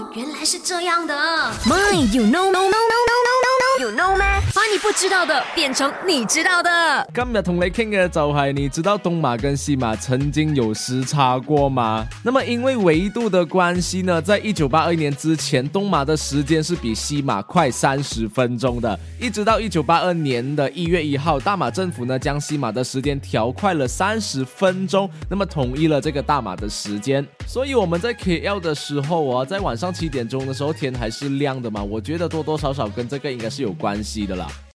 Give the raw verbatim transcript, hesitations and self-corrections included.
原来是这样的。 My, you know, no, no, no, no, no, no, you know 咩？ 把你不知道的变成你知道的。 今日同你傾嘅就係你知道東馬跟西馬曾經有時差過嗎？那麼因為緯度的關係呢，在一九八二年之前，東馬的時間是比西馬快三十分鐘的，一直到一九八二年的一月一號，大馬政府呢將西馬的時間調快了三十分鐘，那麼統一了這個大馬的時間。所以我們在 K L 的時候啊，在晚上七點鐘的時候天還是亮的嘛，我覺得多多少少跟這個應該是有關係的啦。